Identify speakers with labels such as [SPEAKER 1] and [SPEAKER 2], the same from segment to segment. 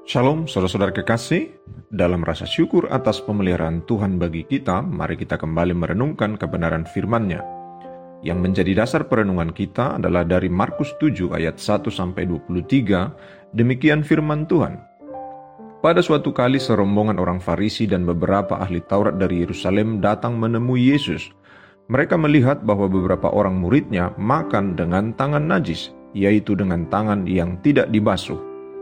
[SPEAKER 1] Shalom saudara-saudara kekasih, dalam rasa syukur atas pemeliharaan Tuhan bagi kita, mari kita kembali merenungkan kebenaran firman-Nya. Yang menjadi dasar perenungan kita adalah dari Markus 7 ayat 1-23, demikian firman Tuhan. Pada suatu kali serombongan orang Farisi dan beberapa ahli Taurat dari Yerusalem datang menemui Yesus. Mereka melihat bahwa beberapa orang muridnya makan dengan tangan najis, yaitu dengan tangan yang tidak dibasuh.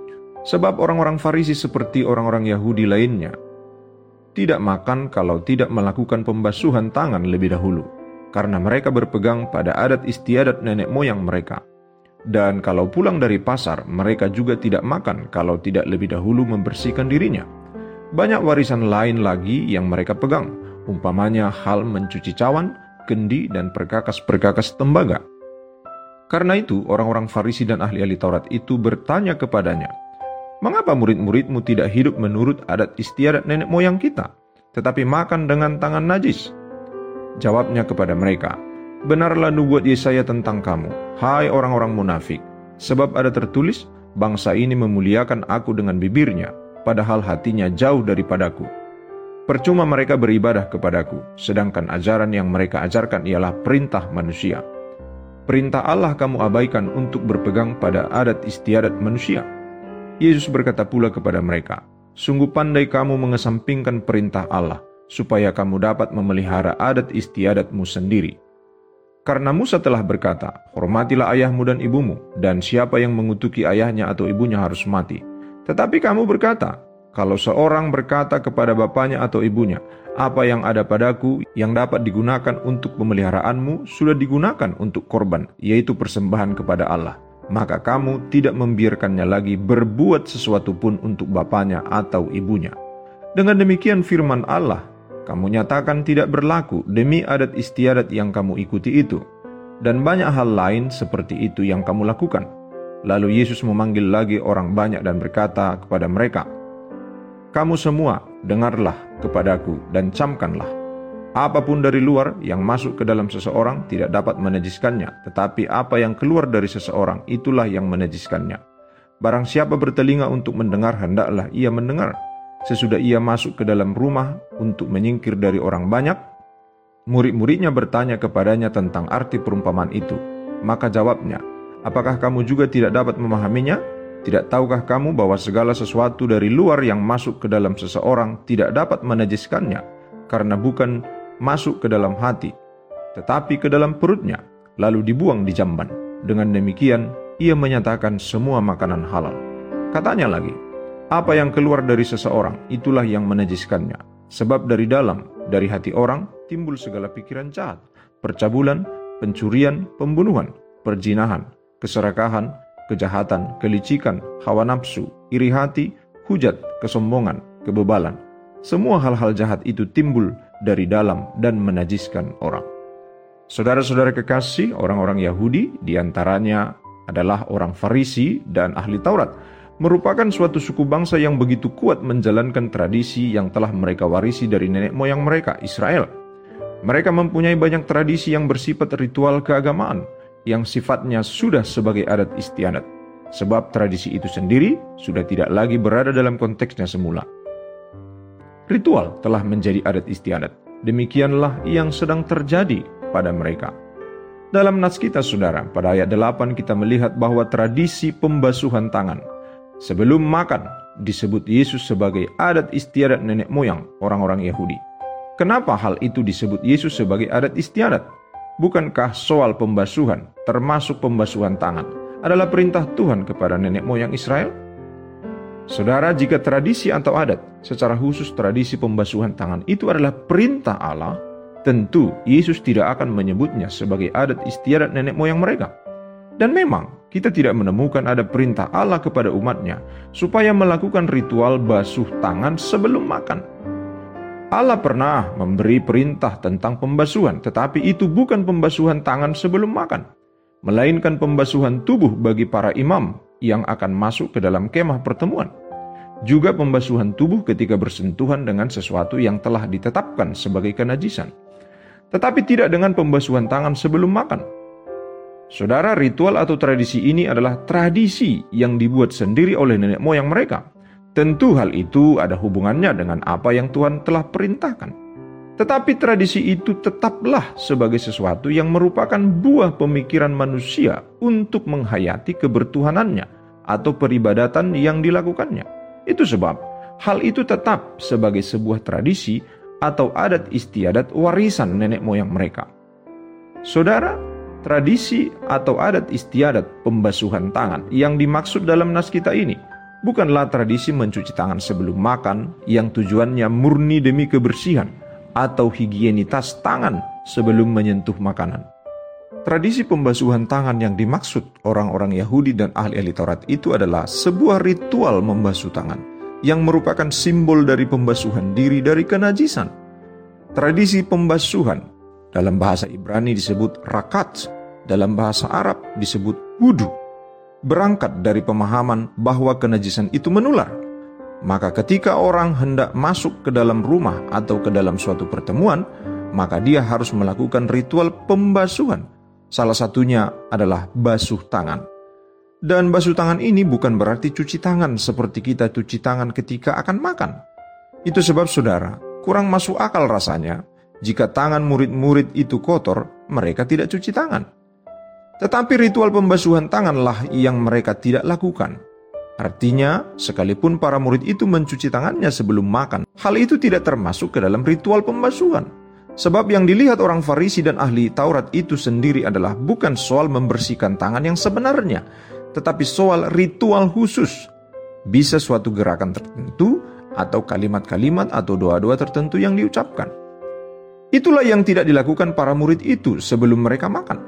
[SPEAKER 1] Sebab orang-orang Farisi seperti orang-orang Yahudi lainnya tidak makan kalau tidak melakukan pembasuhan tangan lebih dahulu, karena mereka berpegang pada adat istiadat nenek moyang mereka. Dan kalau pulang dari pasar, mereka juga tidak makan kalau tidak lebih dahulu membersihkan dirinya. Banyak warisan lain lagi yang mereka pegang, umpamanya hal mencuci cawan, kendi, dan perkakas-perkakas tembaga. Karena itu, orang-orang Farisi dan ahli-ahli Taurat itu bertanya kepadanya, "Mengapa murid-muridmu tidak hidup menurut adat istiadat nenek moyang kita, tetapi makan dengan tangan najis?" Jawabnya kepada mereka, "Benarlah nubuat Yesaya tentang kamu, hai orang-orang munafik. Sebab ada tertulis, bangsa ini memuliakan aku dengan bibirnya, padahal hatinya jauh daripadaku. Percuma mereka beribadah kepadaku, sedangkan ajaran yang mereka ajarkan ialah perintah manusia. Perintah Allah kamu abaikan untuk berpegang pada adat istiadat manusia." Yesus berkata pula kepada mereka, "Sungguh pandai kamu mengesampingkan perintah Allah, supaya kamu dapat memelihara adat istiadatmu sendiri. Karena Musa telah berkata, hormatilah ayahmu dan ibumu, dan siapa yang mengutuki ayahnya atau ibunya harus mati. Tetapi kamu berkata, kalau seorang berkata kepada bapaknya atau ibunya, apa yang ada padaku yang dapat digunakan untuk pemeliharaanmu, sudah digunakan untuk korban, yaitu persembahan kepada Allah. Maka kamu tidak membiarkannya lagi berbuat sesuatu pun untuk bapaknya atau ibunya. Dengan demikian firman Allah, kamu nyatakan tidak berlaku demi adat istiadat yang kamu ikuti itu. Dan banyak hal lain seperti itu yang kamu lakukan." Lalu Yesus memanggil lagi orang banyak dan berkata kepada mereka, "Kamu semua dengarlah kepadaku dan camkanlah. Apapun dari luar yang masuk ke dalam seseorang tidak dapat menajiskannya, tetapi apa yang keluar dari seseorang itulah yang menajiskannya. Barang siapa bertelinga untuk mendengar, hendaklah ia mendengar." Sesudah ia masuk ke dalam rumah untuk menyingkir dari orang banyak, murid-muridnya bertanya kepadanya tentang arti perumpamaan itu. Maka jawabnya, "Apakah kamu juga tidak dapat memahaminya? Tidak tahukah kamu bahwa segala sesuatu dari luar yang masuk ke dalam seseorang tidak dapat menajiskannya, karena bukan masuk ke dalam hati, tetapi ke dalam perutnya, lalu dibuang di jamban. Dengan demikian, ia menyatakan semua makanan halal." Katanya lagi, "Apa yang keluar dari seseorang, itulah yang menajiskannya. Sebab dari dalam, dari hati orang, timbul segala pikiran jahat, percabulan, pencurian, pembunuhan, perzinahan, keserakahan, kejahatan, kelicikan, hawa nafsu, iri hati, hujat, kesombongan, kebebalan. Semua hal-hal jahat itu timbul dari dalam dan menajiskan orang." Saudara-saudara kekasih, orang-orang Yahudi diantaranya adalah orang Farisi dan ahli Taurat, merupakan suatu suku bangsa yang begitu kuat menjalankan tradisi yang telah mereka warisi dari nenek moyang mereka, Israel. Mereka mempunyai banyak tradisi yang bersifat ritual keagamaan, yang sifatnya sudah sebagai adat istiadat, sebab tradisi itu sendiri sudah tidak lagi berada dalam konteksnya semula. Ritual telah menjadi adat istiadat. Demikianlah yang sedang terjadi pada mereka. Dalam nas kita, saudara, pada ayat 8 kita melihat bahwa tradisi pembasuhan tangan sebelum makan disebut Yesus sebagai adat istiadat nenek moyang orang-orang Yahudi. Kenapa hal itu disebut Yesus sebagai adat istiadat? Bukankah soal pembasuhan, termasuk pembasuhan tangan, adalah perintah Tuhan kepada nenek moyang Israel? Saudara, jika tradisi atau adat, secara khusus tradisi pembasuhan tangan itu adalah perintah Allah, tentu Yesus tidak akan menyebutnya sebagai adat istiadat nenek moyang mereka. Dan memang, kita tidak menemukan ada perintah Allah kepada umatnya supaya melakukan ritual basuh tangan sebelum makan. Allah pernah memberi perintah tentang pembasuhan, tetapi itu bukan pembasuhan tangan sebelum makan, melainkan pembasuhan tubuh bagi para imam yang akan masuk ke dalam kemah pertemuan. Juga pembasuhan tubuh ketika bersentuhan dengan sesuatu yang telah ditetapkan sebagai kenajisan. Tetapi tidak dengan pembasuhan tangan sebelum makan. Saudara, ritual atau tradisi ini adalah tradisi yang dibuat sendiri oleh nenek moyang mereka. Tentu hal itu ada hubungannya dengan apa yang Tuhan telah perintahkan. Tetapi tradisi itu tetaplah sebagai sesuatu yang merupakan buah pemikiran manusia untuk menghayati kebertuhanannya atau peribadatan yang dilakukannya. Itu sebab hal itu tetap sebagai sebuah tradisi atau adat istiadat warisan nenek moyang mereka. Saudara, tradisi atau adat istiadat pembasuhan tangan yang dimaksud dalam nas kita ini bukanlah tradisi mencuci tangan sebelum makan yang tujuannya murni demi kebersihan atau higienitas tangan sebelum menyentuh makanan. Tradisi pembasuhan tangan yang dimaksud orang-orang Yahudi dan ahli-ahli Taurat itu adalah sebuah ritual membasuh tangan yang merupakan simbol dari pembasuhan diri dari kenajisan. Tradisi pembasuhan dalam bahasa Ibrani disebut rakat, dalam bahasa Arab disebut wudu, berangkat dari pemahaman bahwa kenajisan itu menular. Maka ketika orang hendak masuk ke dalam rumah atau ke dalam suatu pertemuan, maka dia harus melakukan ritual pembasuhan. Salah satunya adalah basuh tangan. Dan basuh tangan ini bukan berarti cuci tangan seperti kita cuci tangan ketika akan makan. Itu sebab saudara, kurang masuk akal rasanya jika tangan murid-murid itu kotor, mereka tidak cuci tangan. Tetapi ritual pembasuhan tanganlah yang mereka tidak lakukan. Artinya, sekalipun para murid itu mencuci tangannya sebelum makan, hal itu tidak termasuk ke dalam ritual pembasuhan. Sebab yang dilihat orang Farisi dan ahli Taurat itu sendiri adalah bukan soal membersihkan tangan yang sebenarnya, tetapi soal ritual khusus. Bisa suatu gerakan tertentu, atau kalimat-kalimat atau doa-doa tertentu yang diucapkan. Itulah yang tidak dilakukan para murid itu sebelum mereka makan.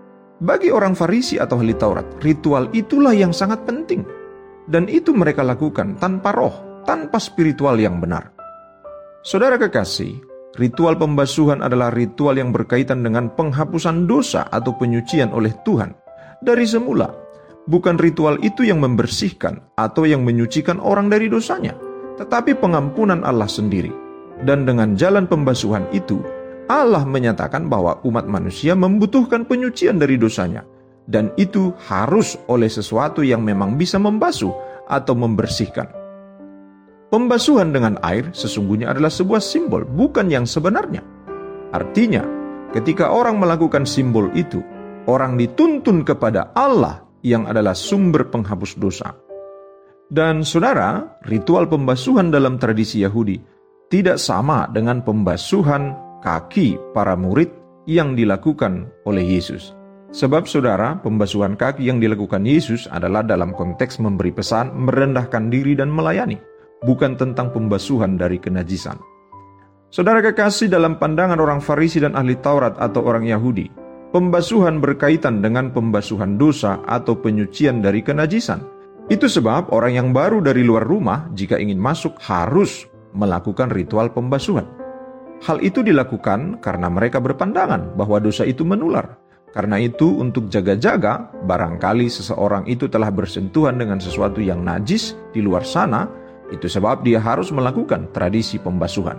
[SPEAKER 1] Bagi orang Farisi atau ahli Taurat, ritual itulah yang sangat penting. Dan itu mereka lakukan tanpa roh, tanpa spiritual yang benar. Saudara kekasih, ritual pembasuhan adalah ritual yang berkaitan dengan penghapusan dosa atau penyucian oleh Tuhan dari semula. Bukan ritual itu yang membersihkan atau yang menyucikan orang dari dosanya, tetapi pengampunan Allah sendiri. Dan dengan jalan pembasuhan itu, Allah menyatakan bahwa umat manusia membutuhkan penyucian dari dosanya. Dan itu harus oleh sesuatu yang memang bisa membasuh atau membersihkan. Pembasuhan dengan air sesungguhnya adalah sebuah simbol, bukan yang sebenarnya. Artinya, ketika orang melakukan simbol itu, orang dituntun kepada Allah yang adalah sumber penghapus dosa. Dan saudara, ritual pembasuhan dalam tradisi Yahudi tidak sama dengan pembasuhan kaki para murid yang dilakukan oleh Yesus. Sebab saudara, pembasuhan kaki yang dilakukan Yesus adalah dalam konteks memberi pesan, merendahkan diri dan melayani, bukan tentang pembasuhan dari kenajisan. Saudara kekasih, dalam pandangan orang Farisi dan ahli Taurat atau orang Yahudi, pembasuhan berkaitan dengan pembasuhan dosa atau penyucian dari kenajisan. Itu sebab orang yang baru dari luar rumah jika ingin masuk harus melakukan ritual pembasuhan. Hal itu dilakukan karena mereka berpandangan bahwa dosa itu menular. Karena itu untuk jaga-jaga, barangkali seseorang itu telah bersentuhan dengan sesuatu yang najis di luar sana, itu sebab dia harus melakukan tradisi pembasuhan.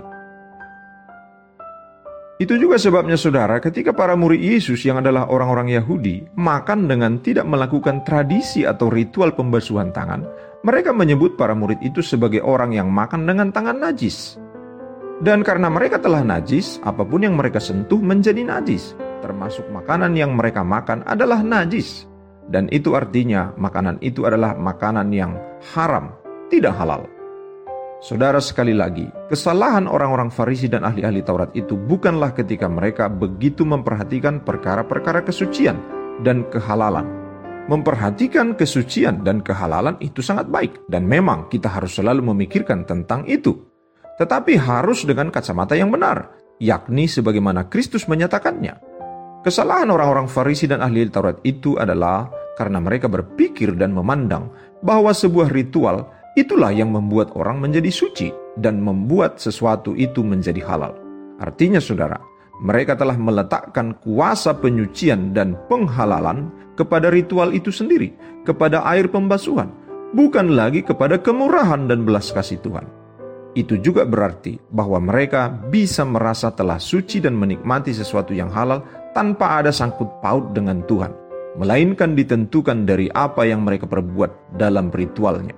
[SPEAKER 1] Itu juga sebabnya saudara, ketika para murid Yesus yang adalah orang-orang Yahudi makan dengan tidak melakukan tradisi atau ritual pembasuhan tangan, mereka menyebut para murid itu sebagai orang yang makan dengan tangan najis. Dan karena mereka telah najis, apapun yang mereka sentuh menjadi najis. Termasuk makanan yang mereka makan adalah najis. Dan itu artinya makanan itu adalah makanan yang haram, tidak halal. Saudara, sekali lagi, kesalahan orang-orang Farisi dan ahli-ahli Taurat itu bukanlah ketika mereka begitu memperhatikan perkara-perkara kesucian dan kehalalan. Memperhatikan kesucian dan kehalalan itu sangat baik, dan memang kita harus selalu memikirkan tentang itu. Tetapi harus dengan kacamata yang benar, yakni sebagaimana Kristus menyatakannya. Kesalahan orang-orang Farisi dan ahli Taurat itu adalah karena mereka berpikir dan memandang bahwa sebuah ritual itulah yang membuat orang menjadi suci dan membuat sesuatu itu menjadi halal. Artinya saudara, mereka telah meletakkan kuasa penyucian dan penghalalan kepada ritual itu sendiri, kepada air pembasuhan, bukan lagi kepada kemurahan dan belas kasih Tuhan. Itu juga berarti bahwa mereka bisa merasa telah suci dan menikmati sesuatu yang halal tanpa ada sangkut paut dengan Tuhan, melainkan ditentukan dari apa yang mereka perbuat dalam ritualnya.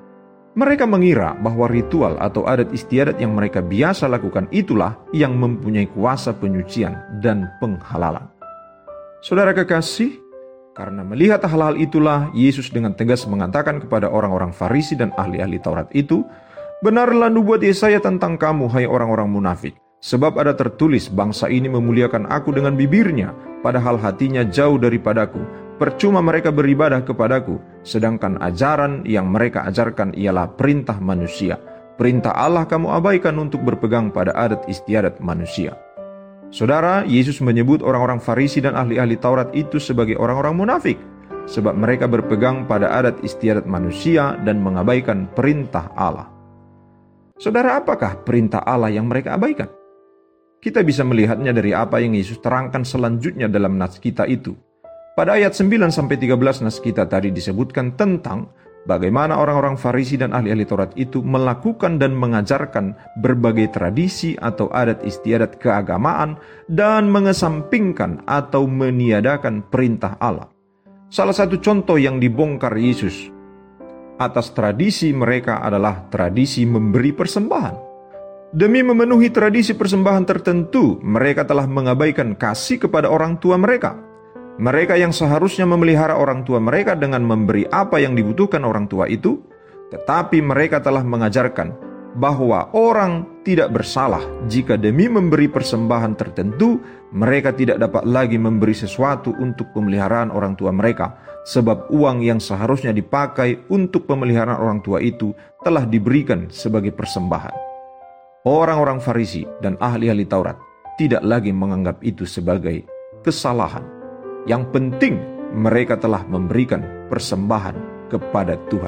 [SPEAKER 1] Mereka mengira bahwa ritual atau adat istiadat yang mereka biasa lakukan itulah yang mempunyai kuasa penyucian dan penghalalan. Saudara kekasih, karena melihat hal-hal itulah, Yesus dengan tegas mengatakan kepada orang-orang Farisi dan ahli-ahli Taurat itu, "Benarlah nubuat Yesaya tentang kamu, hai orang-orang munafik. Sebab ada tertulis, bangsa ini memuliakan aku dengan bibirnya, padahal hatinya jauh daripadaku. Percuma mereka beribadah kepadaku, sedangkan ajaran yang mereka ajarkan ialah perintah manusia. Perintah Allah kamu abaikan untuk berpegang pada adat istiadat manusia." Saudara, Yesus menyebut orang-orang Farisi dan ahli-ahli Taurat itu sebagai orang-orang munafik, sebab mereka berpegang pada adat istiadat manusia dan mengabaikan perintah Allah. Saudara, apakah perintah Allah yang mereka abaikan? Kita bisa melihatnya dari apa yang Yesus terangkan selanjutnya dalam nas kita itu. Pada ayat 9-13 nas kita tadi disebutkan tentang bagaimana orang-orang Farisi dan ahli-ahli Taurat itu melakukan dan mengajarkan berbagai tradisi atau adat istiadat keagamaan dan mengesampingkan atau meniadakan perintah Allah. Salah satu contoh yang dibongkar Yesus atas tradisi mereka adalah tradisi memberi persembahan. Demi memenuhi tradisi persembahan tertentu, mereka telah mengabaikan kasih kepada orang tua mereka. Mereka yang seharusnya memelihara orang tua mereka dengan memberi apa yang dibutuhkan orang tua itu, tetapi mereka telah mengajarkan bahwa orang tidak bersalah jika demi memberi persembahan tertentu, mereka tidak dapat lagi memberi sesuatu untuk pemeliharaan orang tua mereka, sebab uang yang seharusnya dipakai untuk pemeliharaan orang tua itu telah diberikan sebagai persembahan. Orang-orang Farisi dan ahli-ahli Taurat tidak lagi menganggap itu sebagai kesalahan. Yang penting, mereka telah memberikan persembahan kepada Tuhan.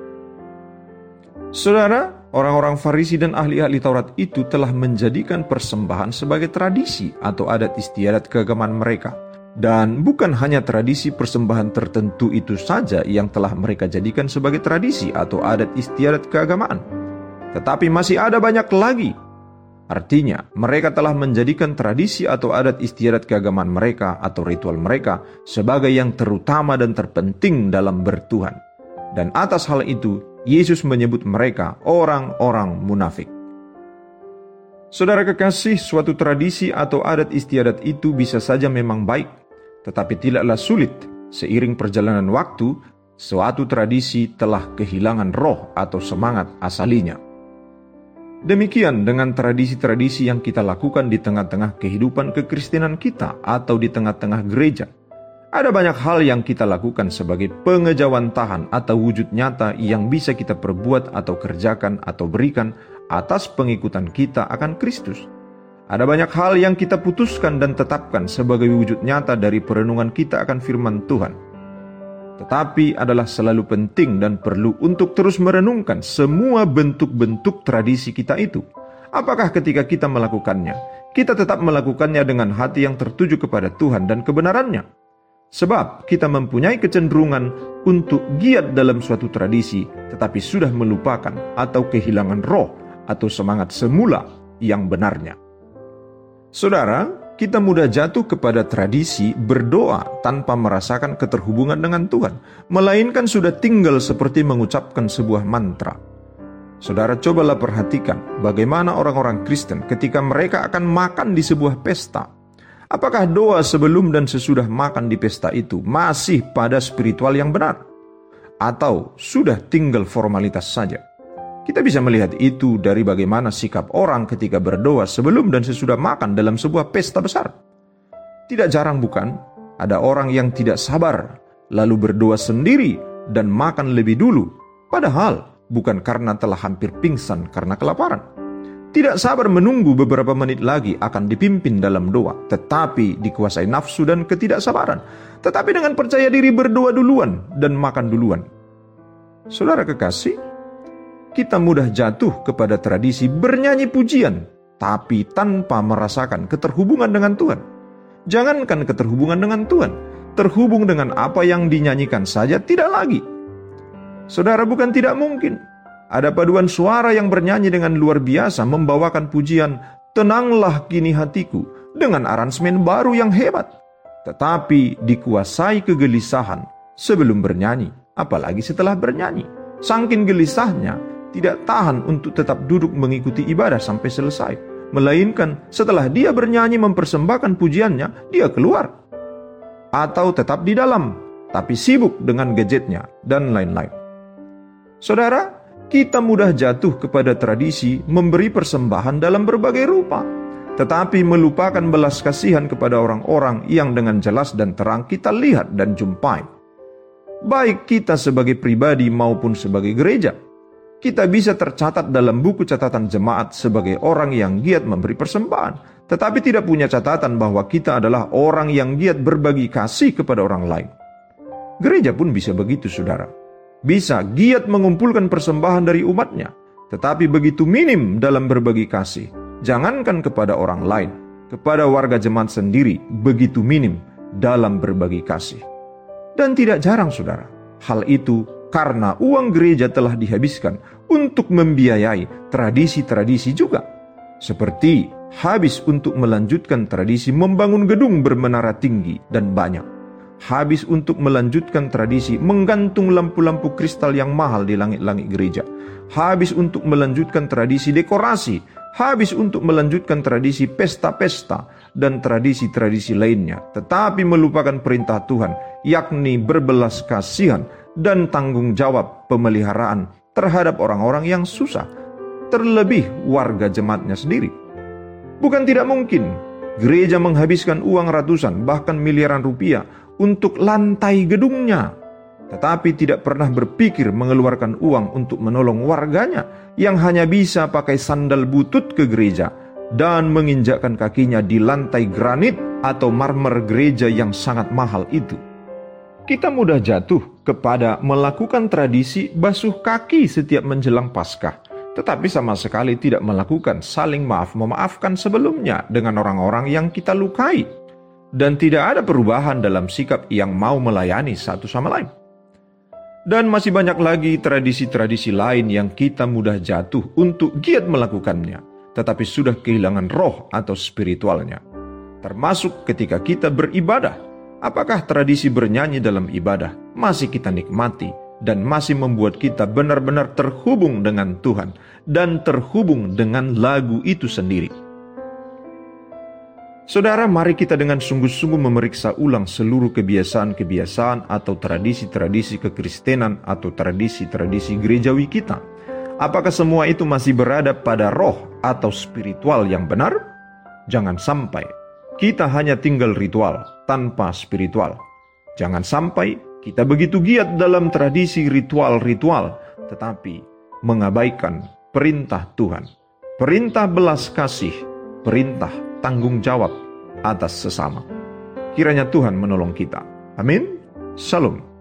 [SPEAKER 1] Saudara, orang-orang Farisi dan ahli-ahli Taurat itu telah menjadikan persembahan sebagai tradisi atau adat istiadat keagamaan mereka. Dan bukan hanya tradisi persembahan tertentu itu saja yang telah mereka jadikan sebagai tradisi atau adat istiadat keagamaan, tetapi masih ada banyak lagi. Artinya, mereka telah menjadikan tradisi atau adat istiadat keagamaan mereka atau ritual mereka sebagai yang terutama dan terpenting dalam bertuhan. Dan atas hal itu, Yesus menyebut mereka orang-orang munafik. Saudara kekasih, suatu tradisi atau adat istiadat itu bisa saja memang baik, tetapi tidaklah sulit. Seiring perjalanan waktu, suatu tradisi telah kehilangan roh atau semangat asalinya. Demikian dengan tradisi-tradisi yang kita lakukan di tengah-tengah kehidupan kekristenan kita atau di tengah-tengah gereja. Ada banyak hal yang kita lakukan sebagai pengejawantahan atau wujud nyata yang bisa kita perbuat atau kerjakan atau berikan atas pengikutan kita akan Kristus. Ada banyak hal yang kita putuskan dan tetapkan sebagai wujud nyata dari perenungan kita akan firman Tuhan. Tetapi adalah selalu penting dan perlu untuk terus merenungkan semua bentuk-bentuk tradisi kita itu. Apakah ketika kita melakukannya, kita tetap melakukannya dengan hati yang tertuju kepada Tuhan dan kebenarannya? Sebab kita mempunyai kecenderungan untuk giat dalam suatu tradisi, tetapi sudah melupakan atau kehilangan roh atau semangat semula yang benarnya. Saudara, kita mudah jatuh kepada tradisi berdoa tanpa merasakan keterhubungan dengan Tuhan, melainkan sudah tinggal seperti mengucapkan sebuah mantra. Saudara, cobalah perhatikan bagaimana orang-orang Kristen ketika mereka akan makan di sebuah pesta. Apakah doa sebelum dan sesudah makan di pesta itu masih pada spiritual yang benar? Atau sudah tinggal formalitas saja? Kita bisa melihat itu dari bagaimana sikap orang ketika berdoa sebelum dan sesudah makan dalam sebuah pesta besar. Tidak jarang bukan, ada orang yang tidak sabar, lalu berdoa sendiri dan makan lebih dulu, padahal bukan karena telah hampir pingsan karena kelaparan. Tidak sabar menunggu beberapa menit lagi akan dipimpin dalam doa, tetapi dikuasai nafsu dan ketidaksabaran. Tetapi dengan percaya diri berdoa duluan dan makan duluan. Saudara kekasih, kita mudah jatuh kepada tradisi bernyanyi pujian, tapi tanpa merasakan keterhubungan dengan Tuhan. Jangankan keterhubungan dengan Tuhan, terhubung dengan apa yang dinyanyikan saja tidak lagi. Saudara, bukan tidak mungkin. Ada paduan suara yang bernyanyi dengan luar biasa membawakan pujian, "Tenanglah kini hatiku," dengan aransemen baru yang hebat. Tetapi dikuasai kegelisahan sebelum bernyanyi, apalagi setelah bernyanyi. Saking gelisahnya, tidak tahan untuk tetap duduk mengikuti ibadah sampai selesai, melainkan setelah dia bernyanyi mempersembahkan pujiannya, dia keluar. Atau tetap di dalam, tapi sibuk dengan gadgetnya, dan lain-lain. Saudara, kita mudah jatuh kepada tradisi memberi persembahan dalam berbagai rupa, tetapi melupakan belas kasihan kepada orang-orang yang dengan jelas dan terang kita lihat dan jumpai. Baik kita sebagai pribadi maupun sebagai gereja, kita bisa tercatat dalam buku catatan jemaat sebagai orang yang giat memberi persembahan, tetapi tidak punya catatan bahwa kita adalah orang yang giat berbagi kasih kepada orang lain. Gereja pun bisa begitu, saudara. Bisa giat mengumpulkan persembahan dari umatnya, tetapi begitu minim dalam berbagi kasih. Jangankan kepada orang lain, kepada warga jemaat sendiri begitu minim dalam berbagi kasih. Dan tidak jarang, saudara, hal itu karena uang gereja telah dihabiskan untuk membiayai tradisi-tradisi juga. Seperti habis untuk melanjutkan tradisi membangun gedung bermenara tinggi dan banyak. Habis untuk melanjutkan tradisi menggantung lampu-lampu kristal yang mahal di langit-langit gereja. Habis untuk melanjutkan tradisi dekorasi. Habis untuk melanjutkan tradisi pesta-pesta dan tradisi-tradisi lainnya. Tetapi melupakan perintah Tuhan, yakni berbelas kasihan dan tanggung jawab pemeliharaan terhadap orang-orang yang susah, terlebih warga jemaatnya sendiri. Bukan tidak mungkin gereja menghabiskan uang ratusan bahkan miliaran rupiah untuk lantai gedungnya, tetapi tidak pernah berpikir mengeluarkan uang untuk menolong warganya yang hanya bisa pakai sandal butut ke gereja dan menginjakkan kakinya di lantai granit atau marmer gereja yang sangat mahal itu. Kita mudah jatuh kepada melakukan tradisi basuh kaki setiap menjelang Paskah, tetapi sama sekali tidak melakukan saling memaafkan sebelumnya dengan orang-orang yang kita lukai. Dan tidak ada perubahan dalam sikap yang mau melayani satu sama lain. Dan masih banyak lagi tradisi-tradisi lain yang kita mudah jatuh untuk giat melakukannya, tetapi sudah kehilangan roh atau spiritualnya. Termasuk ketika kita beribadah. Apakah tradisi bernyanyi dalam ibadah masih kita nikmati dan masih membuat kita benar-benar terhubung dengan Tuhan dan terhubung dengan lagu itu sendiri? Saudara, mari kita dengan sungguh-sungguh memeriksa ulang seluruh kebiasaan-kebiasaan atau tradisi-tradisi kekristenan atau tradisi-tradisi gerejawi kita. Apakah semua itu masih berada pada roh atau spiritual yang benar? Jangan sampai kita hanya tinggal ritual tanpa spiritual. Jangan sampai kita begitu giat dalam tradisi ritual-ritual, tetapi mengabaikan perintah Tuhan. Perintah belas kasih, perintah tanggung jawab atas sesama. Kiranya Tuhan menolong kita. Amin. Shalom.